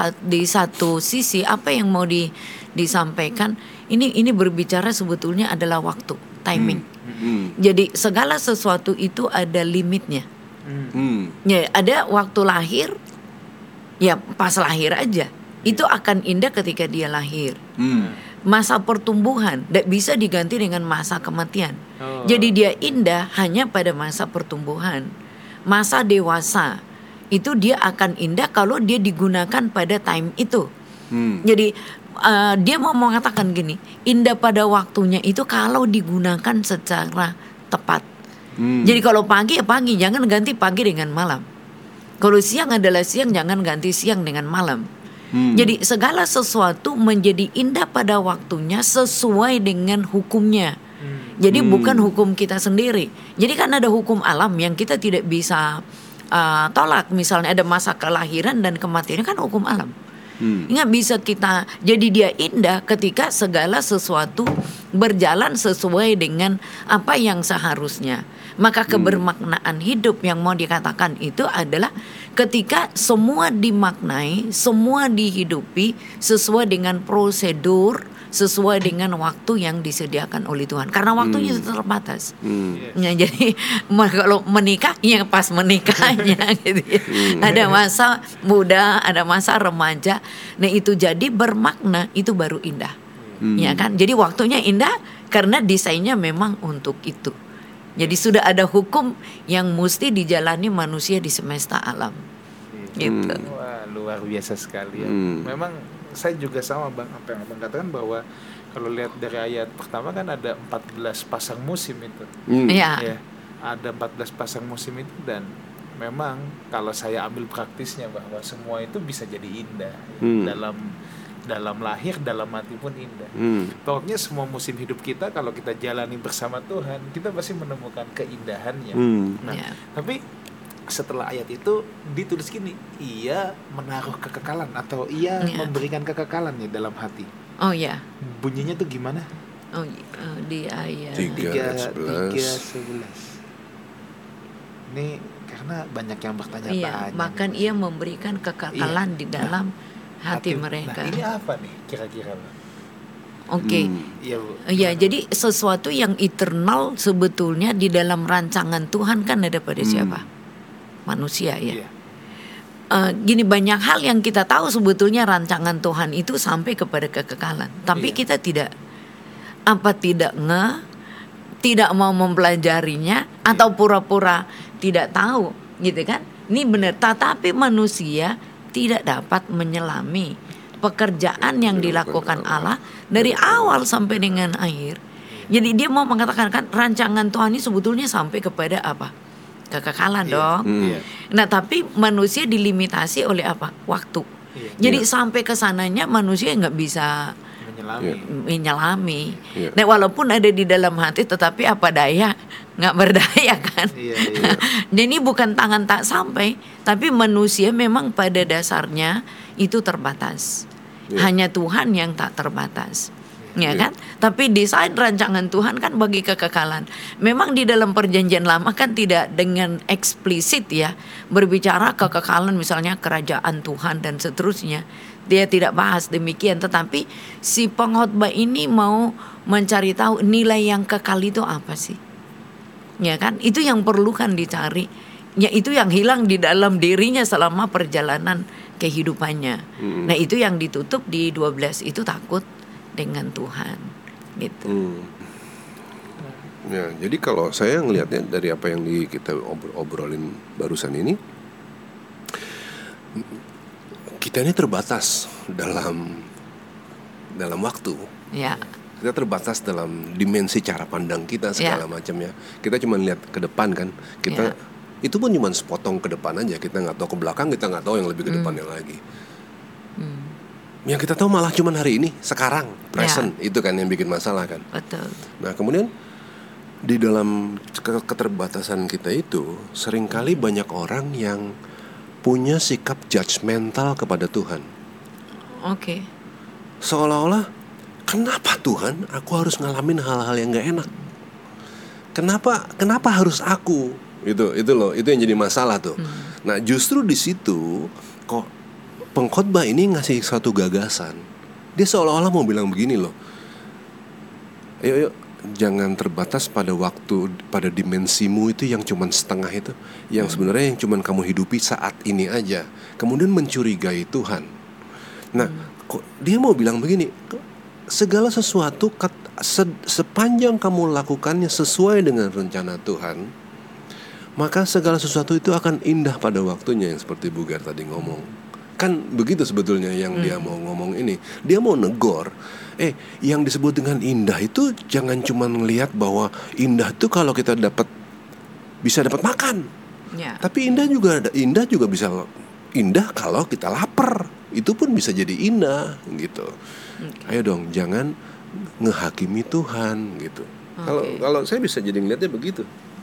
satu sisi apa yang mau disampaikan ini berbicara sebetulnya adalah waktu, timing. Jadi segala sesuatu itu ada limitnya. Ya, ada waktu lahir, ya pas lahir aja. Itu akan indah ketika dia lahir. Masa pertumbuhan tidak bisa diganti dengan masa kematian. Jadi dia indah hanya pada masa pertumbuhan. Masa dewasa itu dia akan indah kalau dia digunakan pada time itu. Jadi dia mau mengatakan gini, indah pada waktunya itu kalau digunakan secara tepat. Jadi kalau pagi ya pagi, jangan ganti pagi dengan malam. Kalau siang adalah siang, jangan ganti siang dengan malam. Jadi segala sesuatu menjadi indah pada waktunya sesuai dengan hukumnya. Jadi bukan hukum kita sendiri. Jadi kan ada hukum alam yang kita tidak bisa tolak. Misalnya ada masa kelahiran dan kematian, kan hukum alam. Nggak bisa kita, jadi dia indah ketika segala sesuatu berjalan sesuai dengan apa yang seharusnya. Maka kebermaknaan hidup yang mau dikatakan itu adalah ketika semua dimaknai, semua dihidupi sesuai dengan prosedur, sesuai dengan waktu yang disediakan oleh Tuhan. Karena waktunya itu terbatas. Nah, jadi kalau menikah, ya pas menikahnya gitu ya. Ada masa muda, ada masa remaja. Nah itu jadi bermakna, itu baru indah. Ya kan? Jadi waktunya indah karena desainnya memang untuk itu. Jadi sudah ada hukum yang mesti dijalani manusia di semesta alam. Gitu. Wah, luar biasa sekali ya. Memang saya juga sama Bang, apa yang Abang katakan bahwa kalau lihat dari ayat pertama kan ada 14 pasang musim itu. Ya, ada 14 pasang musim itu, dan memang kalau saya ambil praktisnya bahwa semua itu bisa jadi indah. Dalam lahir, dalam mati pun indah. Pokoknya semua musim hidup kita kalau kita jalani bersama Tuhan, kita pasti menemukan keindahannya. Tapi setelah ayat itu ditulis gini, ia menaruh kekekalan atau ia memberikan kekekalan ya dalam hati. Oh ya. Bunyinya tuh gimana? Di ayat 3:11. Ini karena banyak yang bertanya-tanya. Bahkan ia memberikan kekekalan di dalam hati mereka. Nah, ini apa nih kira-kira? Oke. Ya, jadi sesuatu yang eternal sebetulnya di dalam rancangan Tuhan kan ada pada siapa? Manusia ya. Gini, banyak hal yang kita tahu sebetulnya rancangan Tuhan itu sampai kepada kekekalan. Tapi kita tidak mau mempelajarinya atau pura-pura tidak tahu, gitu kan? Ini benar. Tetapi manusia tidak dapat menyelami pekerjaan yang dilakukan Allah dari awal sampai dengan akhir. Jadi dia mau mengatakan kan rancangan Tuhan ini sebetulnya sampai kepada apa? Kekekalan dong. Nah, tapi manusia dilimitasi oleh apa? Waktu. Jadi sampai ke sananya manusia nggak bisa menyelami. Nah, walaupun ada di dalam hati, tetapi apa daya, nggak berdaya kan. Dan ini bukan tangan tak sampai, tapi manusia memang pada dasarnya itu terbatas. Hanya Tuhan yang tak terbatas. Ya kan? Tapi desain rancangan Tuhan kan bagi kekekalan. Memang di dalam perjanjian lama kan tidak dengan eksplisit ya berbicara kekekalan, misalnya kerajaan Tuhan dan seterusnya. Dia tidak bahas demikian, tetapi si pengkhotbah ini mau mencari tahu nilai yang kekal itu apa sih? Ya kan? Itu yang perlu kan dicari. Ya, itu yang hilang di dalam dirinya selama perjalanan kehidupannya. Nah, itu yang ditutup di 12 itu takut dengan Tuhan gitu. Ya, jadi kalau saya ngelihatnya dari apa yang kita obrolin barusan ini, kita ini terbatas dalam waktu. Ya. Kita terbatas dalam dimensi cara pandang kita segala macamnya. Kita cuma lihat ke depan kan. Kita itu pun cuma sepotong ke depan aja. Kita nggak tahu ke belakang, kita nggak tahu yang lebih ke depannya lagi. Yang kita tahu malah cuma hari ini, sekarang, present. Itu kan yang bikin masalah kan. Betul. Nah, kemudian di dalam keterbatasan kita itu seringkali banyak orang yang punya sikap judgmental kepada Tuhan. Oke. Seolah-olah, kenapa Tuhan aku harus ngalamin hal-hal yang gak enak? Kenapa harus aku? Itu loh, itu yang jadi masalah tuh. Nah, justru di situ kok pengkhotbah ini ngasih suatu gagasan. Dia seolah-olah mau bilang begini loh. Ayo jangan terbatas pada waktu, pada dimensimu itu yang cuman setengah itu, yang sebenarnya yang cuman kamu hidupi saat ini aja. Kemudian mencurigai Tuhan. Nah, kok dia mau bilang begini, segala sesuatu sepanjang kamu lakukannya sesuai dengan rencana Tuhan, maka segala sesuatu itu akan indah pada waktunya, yang seperti Bugar tadi ngomong. Kan begitu sebetulnya yang dia mau ngomong ini. Dia mau negor, yang disebut dengan indah itu jangan cuma ngelihat bahwa indah itu kalau kita bisa dapat makan. Ya. Tapi indah juga bisa indah kalau kita lapar. Itu pun bisa jadi indah gitu. Ayo dong, jangan ngehakimi Tuhan gitu. Kalau saya bisa jadi ngelihatnya begitu.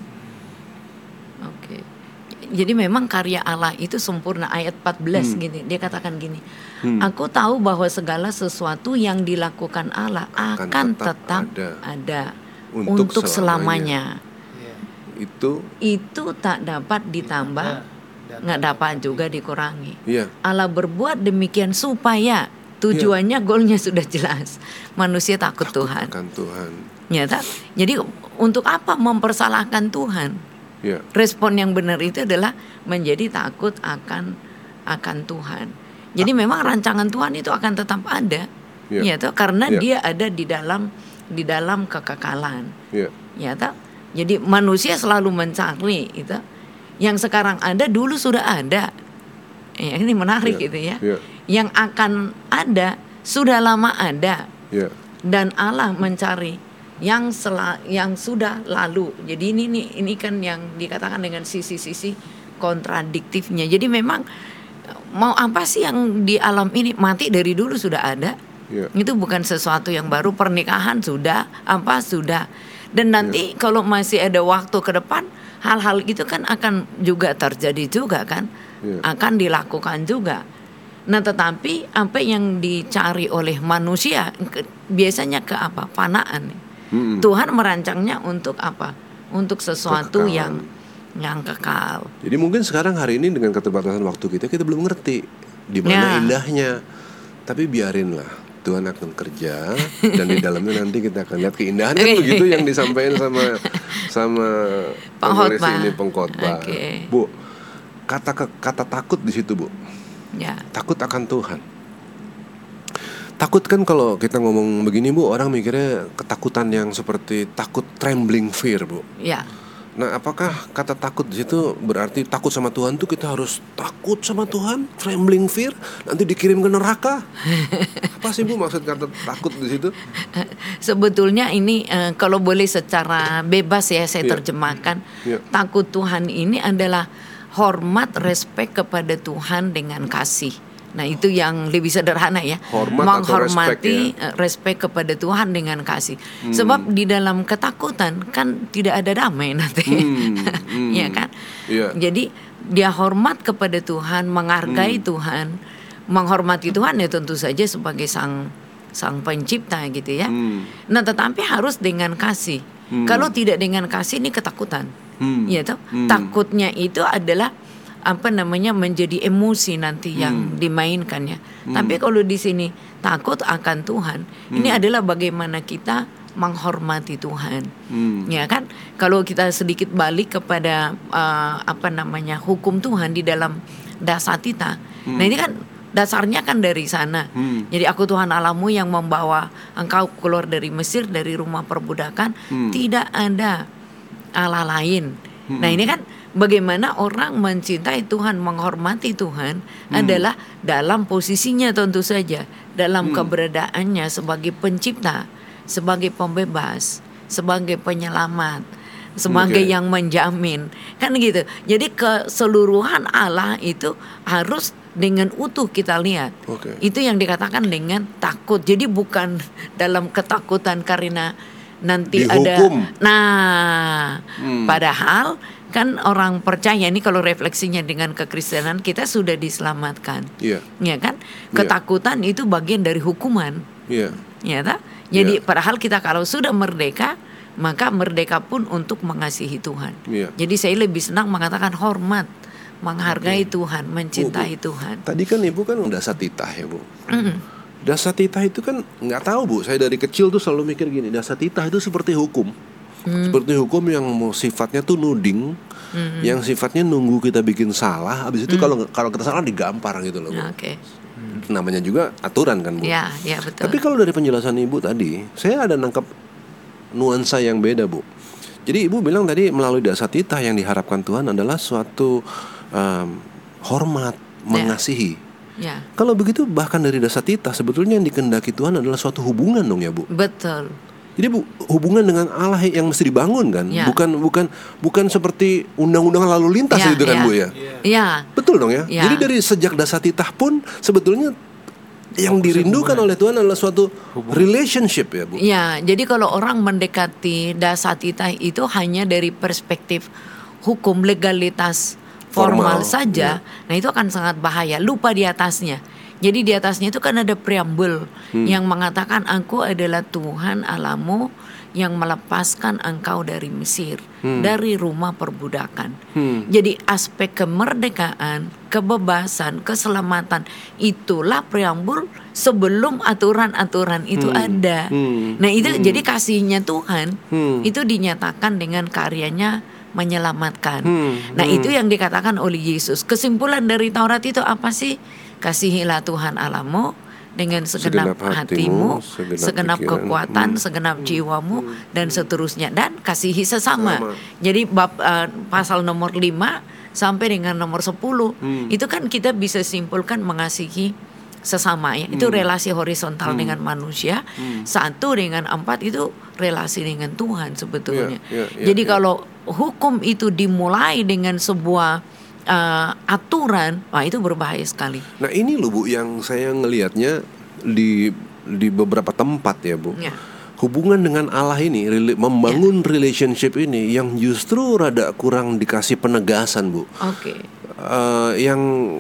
Oke. Jadi memang karya Allah itu sempurna. Ayat 14 gini, dia katakan gini, aku tahu bahwa segala sesuatu yang dilakukan Allah akan tetap ada untuk selamanya. Itu tak dapat ditambah, nggak dapat juga dikurangi. Allah berbuat demikian supaya tujuannya, goalnya sudah jelas. Manusia takut Tuhan. Nyata. Jadi untuk apa mempersalahkan Tuhan? Respon yang benar itu adalah menjadi takut akan Tuhan. Jadi memang rancangan Tuhan itu akan tetap ada, karena dia ada di dalam kekekalan. Jadi manusia selalu mencari itu yang sekarang ada, dulu sudah ada. Ini menarik gitu ya. Yang akan ada sudah lama ada, dan Allah mencari yang sudah lalu. Jadi ini kan yang dikatakan dengan sisi-sisi kontradiktifnya. Jadi memang mau apa sih yang di alam ini, mati dari dulu sudah ada. Itu bukan sesuatu yang baru. Pernikahan sudah, sudah. Dan nanti kalau masih ada waktu ke depan, hal-hal itu kan akan juga terjadi juga kan, akan dilakukan juga. Nah, tetapi apa yang dicari oleh manusia biasanya ke apa? Panaan. Tuhan merancangnya untuk apa? Untuk sesuatu yang kekal. Jadi mungkin sekarang hari ini dengan keterbatasan waktu kita belum ngerti di mana indahnya. Tapi biarinlah, Tuhan akan kerja dan di dalamnya nanti kita akan lihat keindahan. Kan begitu yang disampaikan sama penulis ini, pengkhotbah. Bu, kata takut di situ, Bu. Takut akan Tuhan. Takut kan kalau kita ngomong begini, Bu, orang mikirnya ketakutan yang seperti takut, trembling fear, Bu. Nah, apakah kata takut di situ berarti takut sama Tuhan tuh kita harus takut sama Tuhan, trembling fear, nanti dikirim ke neraka? Apa sih, Bu, maksud kata takut di situ? Sebetulnya ini kalau boleh secara bebas ya saya terjemahkan, takut Tuhan ini adalah hormat, respect kepada Tuhan dengan kasih. Nah, itu yang lebih sederhana ya. Menghormati, respect kepada Tuhan dengan kasih. Sebab di dalam ketakutan kan tidak ada damai nanti. Ya kan? Jadi dia hormat kepada Tuhan, menghargai Tuhan, menghormati Tuhan ya tentu saja sebagai sang pencipta gitu ya. Nah, tetapi harus dengan kasih. Kalau tidak dengan kasih ini ketakutan. Ya toh? Takutnya itu adalah menjadi emosi nanti yang dimainkan ya. Tapi kalau di sini takut akan Tuhan, ini adalah bagaimana kita menghormati Tuhan. Ya kan? Kalau kita sedikit balik kepada hukum Tuhan di dalam Dasatita. Nah, ini kan dasarnya kan dari sana. Jadi aku Tuhan Allahmu yang membawa engkau keluar dari Mesir, dari rumah perbudakan. Tidak ada Allah lain. Nah, ini kan bagaimana orang mencintai Tuhan, menghormati Tuhan adalah dalam posisinya tentu saja, dalam keberadaannya sebagai pencipta, sebagai pembebas, sebagai penyelamat, sebagai yang menjamin. Kan gitu. Jadi keseluruhan Allah itu harus dengan utuh kita lihat. Itu yang dikatakan dengan takut. Jadi bukan dalam ketakutan karena nanti dihukum. Padahal kan orang percaya ini kalau refleksinya dengan kekristenan kita sudah diselamatkan, ya kan? Ketakutan itu bagian dari hukuman, ya tak? Jadi padahal kita kalau sudah merdeka, maka merdeka pun untuk mengasihi Tuhan. Jadi saya lebih senang mengatakan hormat, menghargai Tuhan, mencintai Tuhan. Tadi kan Ibu kan udah Dasatita ya, Bu. Dasatita itu kan nggak tahu Bu, saya dari kecil tuh selalu mikir gini, dasatita itu seperti hukum. Seperti hukum yang sifatnya tuh nuding, yang sifatnya nunggu kita bikin salah, habis itu kalau kita salah digampar gitu loh Bu. Oke. Namanya juga aturan kan Bu. Ya, ya betul. Tapi kalau dari penjelasan Ibu tadi, saya ada nangkep nuansa yang beda Bu. Jadi Ibu bilang tadi melalui dasatita yang diharapkan Tuhan adalah suatu hormat, mengasihi. Ya. Kalau begitu bahkan dari dasatita sebetulnya yang dikehendaki Tuhan adalah suatu hubungan dong ya Bu. Betul. Jadi Bu, hubungan dengan Allah yang mesti dibangun kan, Ya. bukan seperti undang-undang lalu lintas Ya, gitu kan ya. Bu ya. Ya. Betul dong ya. Ya. Jadi dari sejak dasatita pun sebetulnya yang dirindukan oleh Tuhan adalah suatu relationship ya Bu. Ya, jadi kalau orang mendekati dasatita itu hanya dari perspektif hukum legalitas formal saja, nah itu akan sangat bahaya. Lupa di atasnya. Jadi di atasnya itu kan ada preambul yang mengatakan Aku adalah Tuhan Allahmu yang melepaskan engkau dari Mesir, dari rumah perbudakan. Jadi aspek kemerdekaan, kebebasan, keselamatan itulah preambul sebelum aturan-aturan itu ada. Nah itu jadi kasihnya Tuhan itu dinyatakan dengan karyanya menyelamatkan. Nah itu yang dikatakan oleh Yesus. Kesimpulan dari Taurat itu apa sih? Kasihilah Tuhan Allahmu dengan segenap hatimu, segenap kekuatan, segenap jiwamu, dan seterusnya. Dan kasihi sesama. Jadi pasal nomor 5 sampai dengan nomor 10 itu kan kita bisa simpulkan mengasihi sesama ya. Itu relasi horizontal dengan manusia. 1 dengan 4 itu relasi dengan Tuhan sebetulnya. Jadi kalau hukum itu dimulai dengan sebuah aturan, wah itu berbahaya sekali. Nah ini loh Bu yang saya ngelihatnya di beberapa tempat ya Bu. Ya. Hubungan dengan Allah ini, membangun relationship ini yang justru rada kurang dikasih penegasan Bu. Oke. Yang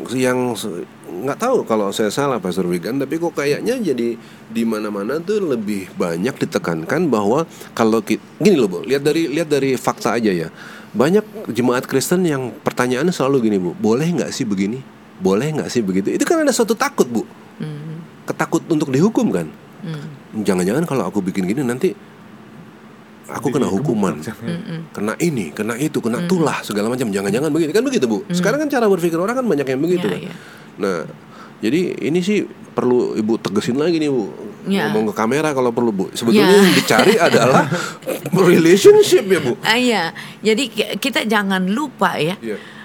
nggak tahu kalau saya salah Pastor Wigan, tapi kok kayaknya jadi di mana-mana tuh lebih banyak ditekankan bahwa kalau gini loh Bu, lihat dari fakta aja ya. Banyak jemaat Kristen yang pertanyaannya selalu gini Bu, boleh nggak sih begini? Boleh nggak sih begitu? Itu kan ada suatu takut Bu, ketakut untuk dihukum kan? Jangan-jangan kalau aku bikin gini nanti aku kena hukuman, kena ini, kena itu, kena tulah segala macam. Jangan-jangan begitu kan begitu Bu? Sekarang kan cara berpikir orang kan banyak yang begitu kan. Nah, jadi ini sih perlu Ibu tegesin lagi nih Bu. Ngomong ke kamera kalau perlu Bu. Sebetulnya yang dicari adalah relationship ya Bu. Iya. Jadi kita jangan lupa ya.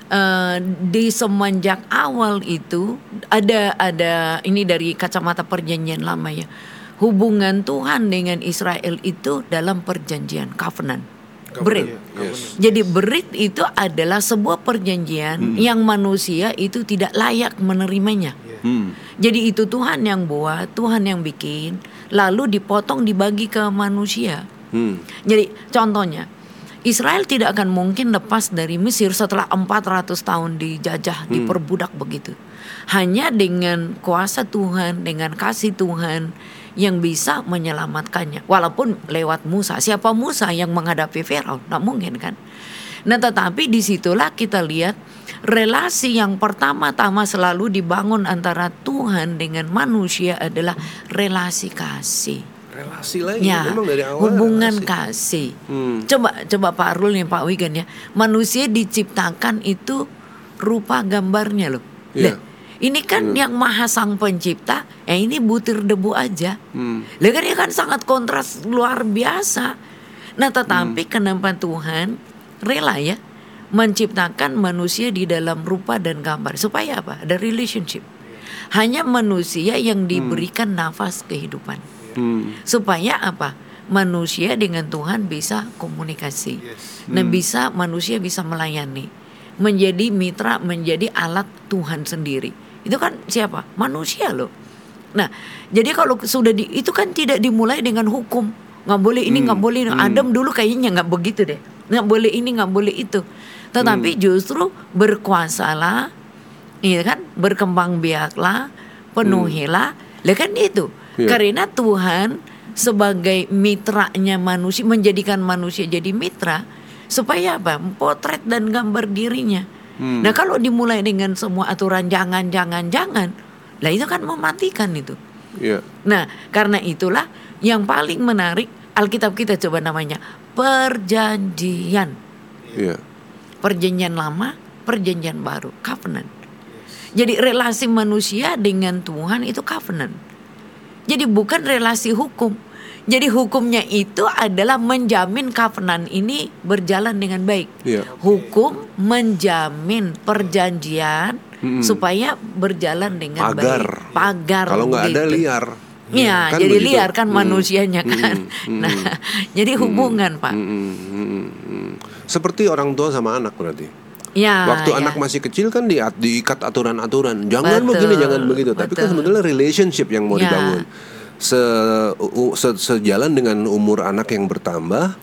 Di semenjak awal itu ada ini dari kacamata perjanjian lama ya. Hubungan Tuhan dengan Israel itu dalam perjanjian covenant. Berit. Jadi berit itu adalah sebuah perjanjian yang manusia itu tidak layak menerimanya. Jadi itu Tuhan yang buat, Tuhan yang bikin, lalu dipotong dibagi ke manusia. Jadi contohnya Israel tidak akan mungkin lepas dari Mesir setelah 400 tahun dijajah, diperbudak begitu. Hanya dengan kuasa Tuhan, dengan kasih Tuhan yang bisa menyelamatkannya. Walaupun lewat Musa. Siapa Musa yang menghadapi Firaun? Tidak mungkin kan. Nah tetapi disitulah kita lihat relasi yang pertama-tama selalu dibangun antara Tuhan dengan manusia adalah relasi kasih. Relasi lagi ya, memang dari awal hubungan kasih. Coba Pak Arul nih Pak Wigan ya. Manusia diciptakan itu rupa gambarnya loh. Ini kan yang maha sang pencipta, ini butir debu aja. Kan dia kan sangat kontras luar biasa. Nah tetapi kenapa Tuhan rela ya menciptakan manusia di dalam rupa dan gambar. Supaya apa? Ada relationship. Hanya manusia yang diberikan nafas kehidupan. Supaya apa? Manusia dengan Tuhan bisa komunikasi. Nah manusia bisa melayani. Menjadi mitra, menjadi alat Tuhan sendiri. Itu kan siapa? Manusia loh. Nah, jadi kalau sudah itu kan tidak dimulai dengan hukum. Nggak boleh ini, nggak boleh ini. Adam dulu kayaknya nggak begitu deh. Nggak boleh ini, nggak boleh itu. Tetapi justru berkuasalah, ya kan? Berkembang biaklah, penuhilah. Lah kan itu. Karena Tuhan sebagai mitranya manusia, menjadikan manusia jadi mitra. Supaya apa? Potret dan gambar dirinya. Nah kalau dimulai dengan semua aturan jangan, lah itu kan mematikan itu. Iya. Nah, karena itulah yang paling menarik Alkitab kita coba namanya perjanjian. Iya. Perjanjian lama, perjanjian baru, covenant. Jadi relasi manusia dengan Tuhan itu covenant. Jadi bukan relasi hukum. Jadi hukumnya itu adalah menjamin covenant ini berjalan dengan baik. Iya. Hukum menjamin perjanjian supaya berjalan dengan Pagar. baik. Pagar. Kalau nggak ada gitu. liar. Ya, Kan jadi begitu. liar kan manusianya kan. Nah, jadi hubungan Pak. Seperti orang tua sama anak berarti. Ya, Waktu ya. anak masih kecil kan diikat aturan-aturan. Jangan Betul, begini, jangan begitu. Tapi kan betul. sebetulnya relationship yang mau Ya. dibangun. Sejalan dengan umur anak yang bertambah,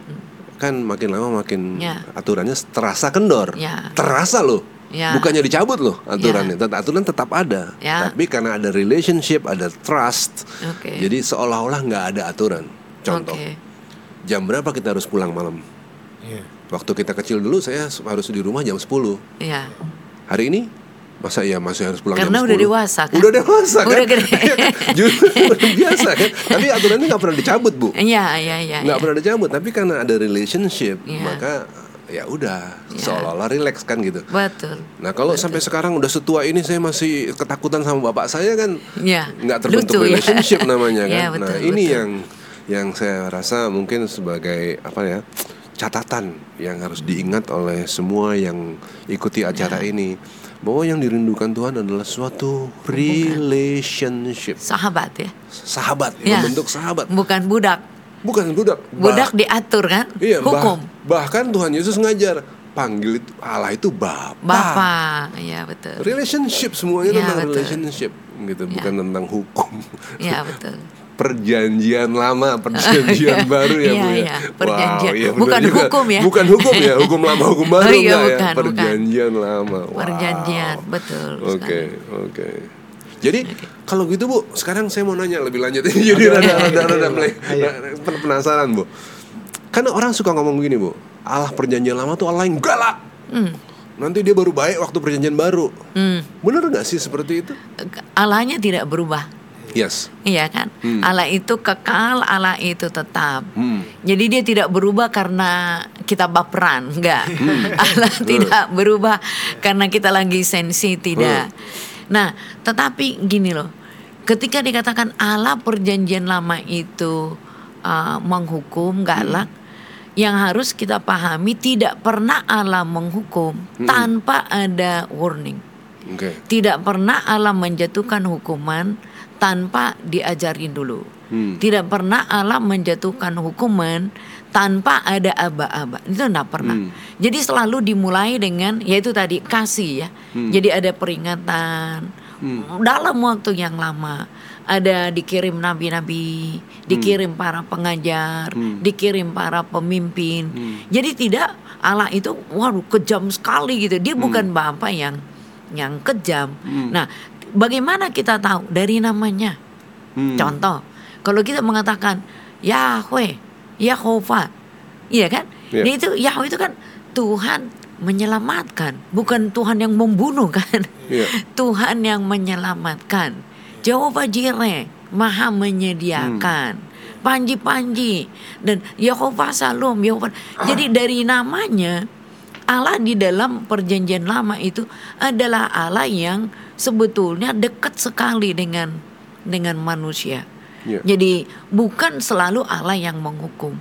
kan makin lama makin Ya. aturannya terasa kendor. Ya. Terasa loh. Ya. Bukannya dicabut loh aturannya. Aturan tetap ada. Ya. Tapi karena ada relationship, ada trust. Oke. Jadi seolah-olah nggak ada aturan. Contoh, Oke. jam berapa kita harus pulang malam? Iya. Waktu kita kecil dulu saya harus di rumah jam 10. Ya. Hari ini masa ya masih harus pulang Karena jam 10? udah dewasa kan? Udah dewasa kan? Udah gede. Justru biasa kan? Tapi aturannya nggak pernah dicabut, Bu. Iya. Nggak pernah dicabut. Tapi karena ada relationship, Iya. maka ya udah Iya. seolah-olah relax kan gitu. Betul. Nah kalau sampai sekarang udah setua ini saya masih ketakutan sama bapak saya kan, Ya. nggak terbentuk Lucu, ya. relationship namanya kan. Ya, Nah betul, ini betul. yang saya rasa mungkin sebagai apa ya, catatan yang harus diingat oleh semua yang ikuti acara ini, bahwa yang dirindukan Tuhan adalah suatu relationship, Sahabat ya. sahabat, Ya. membentuk sahabat, bukan budak. bukan budak. Budak diatur kan? Iya, Hukum. bahkan Tuhan Yesus ngajar panggil itu Allah itu Bapa. Bapak. Iya betul. Relationship semuanya Ya, tentang betul. relationship gitu, bukan tentang hukum. Iya betul. Perjanjian lama, perjanjian baru ya, Iya, Bu ya. iya, perjanjian. Wow, iya, Bukan benar juga. hukum ya. Bukan hukum ya, hukum lama, hukum baru Oh, iya, enggak bukan, ya. Perjanjian lama. Wow. Perjanjian, betul Oke, sekali. oke. Jadi kalau gitu Bu, sekarang saya mau nanya lebih lanjut. Jadi rada penasaran Bu. Karena orang suka ngomong begini Bu, Allah perjanjian lama tuh Allah yang galak. Nanti dia baru baik waktu perjanjian baru. Bener nggak sih seperti itu? Allahnya tidak berubah. Yes. Iya kan? Allah itu kekal, Allah itu tetap. Hmm. Jadi dia tidak berubah karena kita baperan, enggak. Allah tidak berubah karena kita lagi sensi, tidak. Nah, tetapi gini loh. Ketika dikatakan Allah perjanjian lama itu menghukum, galak, yang harus kita pahami tidak pernah Allah menghukum tanpa ada warning. Oke. Tidak pernah Allah menjatuhkan hukuman tanpa diajarin dulu. Tidak pernah Allah menjatuhkan hukuman tanpa ada aba-aba. Itu tidak pernah. Jadi selalu dimulai dengan yaitu tadi kasih ya. Jadi ada peringatan dalam waktu yang lama. Ada dikirim nabi-nabi, dikirim para pengajar, dikirim para pemimpin. Jadi tidak Allah itu waduh kejam sekali gitu. Dia bukan Bapa yang kejam. Nah, bagaimana kita tahu dari namanya? Contoh, kalau kita mengatakan Yahweh, Yehovah, iya kan? Yeah. Nah, itu Yahweh itu kan Tuhan menyelamatkan, bukan Tuhan yang membunuh kan? Yeah. Tuhan yang menyelamatkan. Jehovah Jireh, Maha menyediakan. Panji-panji dan Yehovah Salom, Yehovah. Jadi dari namanya Allah di dalam perjanjian lama itu adalah Allah yang sebetulnya dekat sekali dengan manusia. Yeah. Jadi bukan selalu Allah yang menghukum.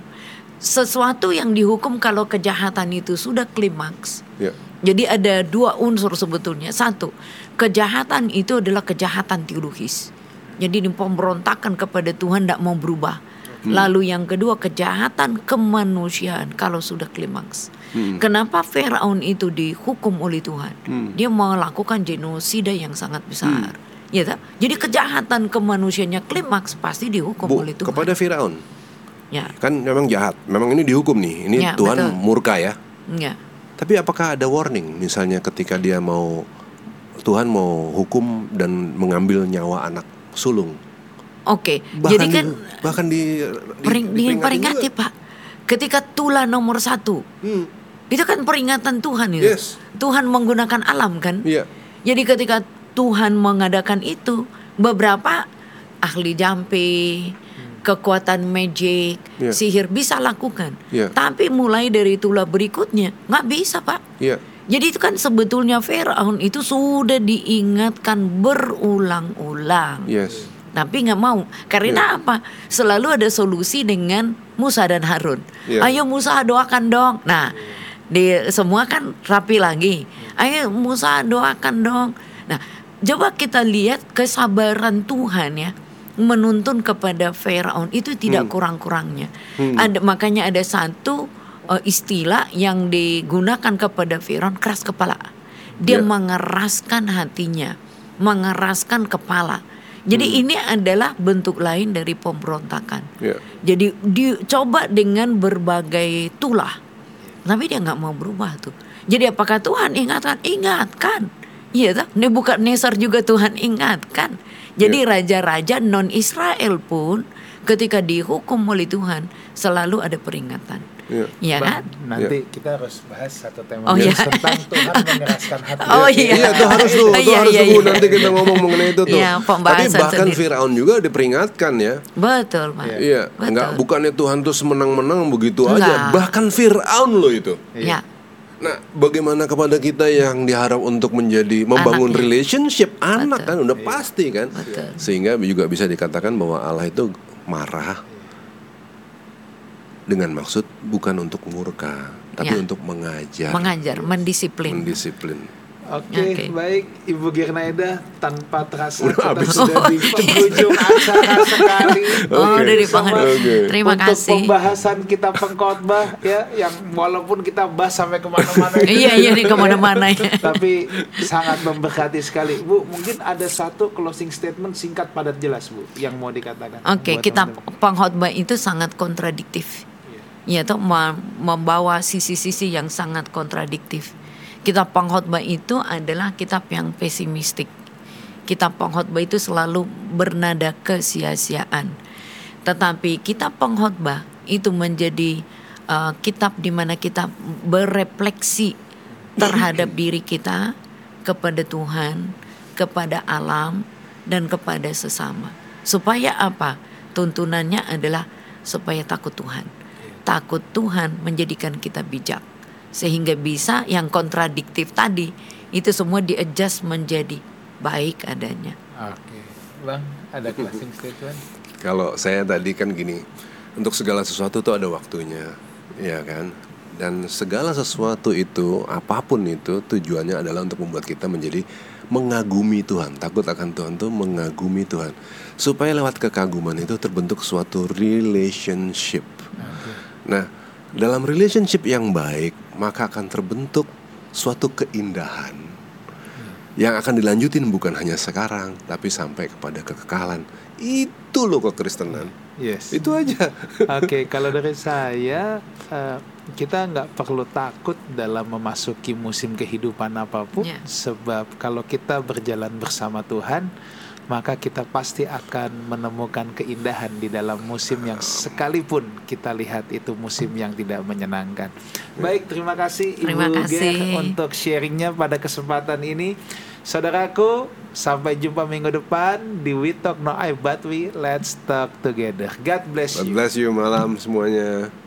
Sesuatu yang dihukum kalau kejahatan itu sudah klimaks. Yeah. Jadi ada dua unsur sebetulnya. Satu, kejahatan itu adalah kejahatan teologis. Jadi ini pemberontakan kepada Tuhan tidak mau berubah. Lalu yang kedua, kejahatan kemanusiaan kalau sudah klimaks. Kenapa Firaun itu dihukum oleh Tuhan? Dia melakukan genosida yang sangat besar. Ya, tak? Jadi kejahatan kemanusiaannya klimaks pasti dihukum Bu, oleh Tuhan. kepada Firaun Ya, kan memang jahat, memang ini dihukum nih, ini Ya, Tuhan betul. murka ya. ya. Tapi apakah ada warning misalnya ketika Tuhan mau hukum dan mengambil nyawa anak sulung? Oke, jadi kan bahkan diperingati juga. Pak. Ketika tulah nomor 1, itu kan peringatan Tuhan itu. Yes. Tuhan menggunakan alam kan. Iya. Jadi ketika Tuhan mengadakan itu, beberapa ahli jampi, kekuatan magic, sihir bisa lakukan. Tapi mulai dari itulah berikutnya nggak bisa, Pak. Jadi itu kan sebetulnya Firaun itu sudah diingatkan berulang-ulang. Tapi nggak mau. Karena apa? Selalu ada solusi dengan Musa dan Harun. Ayo Musa doakan dong. Nah, semua kan rapi lagi. Ayo Musa doakan dong. Nah, coba kita lihat kesabaran Tuhan ya, menuntun kepada Firaun itu tidak kurang-kurangnya. Makanya ada satu istilah yang digunakan kepada Firaun, keras kepala. Dia mengeraskan hatinya, mengeraskan kepala. Jadi ini adalah bentuk lain dari pemberontakan. Jadi dicoba dengan berbagai tulah, tapi dia nggak mau berubah tuh. Jadi apakah Tuhan ingatkan? Ingatkan. Iya, Nebukadnezar juga Tuhan ingatkan. Jadi raja-raja non Israel pun ketika dihukum oleh Tuhan selalu ada peringatan. Iya kan? Nanti kita harus bahas satu tema tentang Tuhan mengeraskan hati. Itu harus tuh, nanti kita ngomong mengenai itu tuh. Tapi bahkan Firaun juga diperingatkan ya. Betul, Pak. Iya, enggak, bukannya Tuhan tuh semenang-menang begitu aja. Bahkan Firaun loh itu. Nah, bagaimana kepada kita yang diharap untuk membangun relationship anak kan udah pasti kan. Sehingga juga bisa dikatakan bahwa Allah itu marah dengan maksud bukan untuk murka, tapi untuk mengajar, mendisiplin. Oke, baik Ibu Gernaida, tanpa terasa kita sudah di penghujung acara sekali. Terima kasih. Untuk pembahasan kita pengkhotbah ya, yang walaupun kita bahas sampai kemana-mana. Nih kemana-mana ya. Tapi sangat memberkati sekali, Bu. Mungkin ada satu closing statement singkat padat jelas, Bu, yang mau dikatakan. Kita pengkhotbah itu sangat kontradiktif. Yaitu membawa sisi-sisi yang sangat kontradiktif. Kitab pengkhotbah itu adalah kitab yang pesimistik. Kitab pengkhotbah itu selalu bernada kesia-siaan. Tetapi kitab pengkhotbah itu menjadi kitab di mana kita berefleksi terhadap diri kita, kepada Tuhan, kepada alam, dan kepada sesama. Supaya apa? Tuntunannya adalah supaya takut Tuhan. Takut Tuhan menjadikan kita bijak, sehingga bisa yang kontradiktif tadi itu semua di-adjust menjadi baik adanya. Oke, Bang, ada closing statement? Kalau saya tadi kan gini, untuk segala sesuatu tuh ada waktunya, ya kan? Dan segala sesuatu itu, apapun itu, tujuannya adalah untuk membuat kita menjadi mengagumi Tuhan. Takut akan Tuhan tuh mengagumi Tuhan, supaya lewat kekaguman itu terbentuk suatu relationship. Nah, dalam relationship yang baik, maka akan terbentuk suatu keindahan yang akan dilanjutin bukan hanya sekarang, tapi sampai kepada kekekalan. Itu loh kekristenan. Itu aja. Oke, kalau dari saya, kita nggak perlu takut dalam memasuki musim kehidupan apapun, sebab kalau kita berjalan bersama Tuhan, maka kita pasti akan menemukan keindahan di dalam musim yang sekalipun kita lihat itu musim yang tidak menyenangkan. Baik, terima kasih Ibu Ger untuk sharingnya pada kesempatan ini. Saudaraku, sampai jumpa minggu depan di We Talk No I But We Let's Talk Together. God bless you. God bless you, malam semuanya.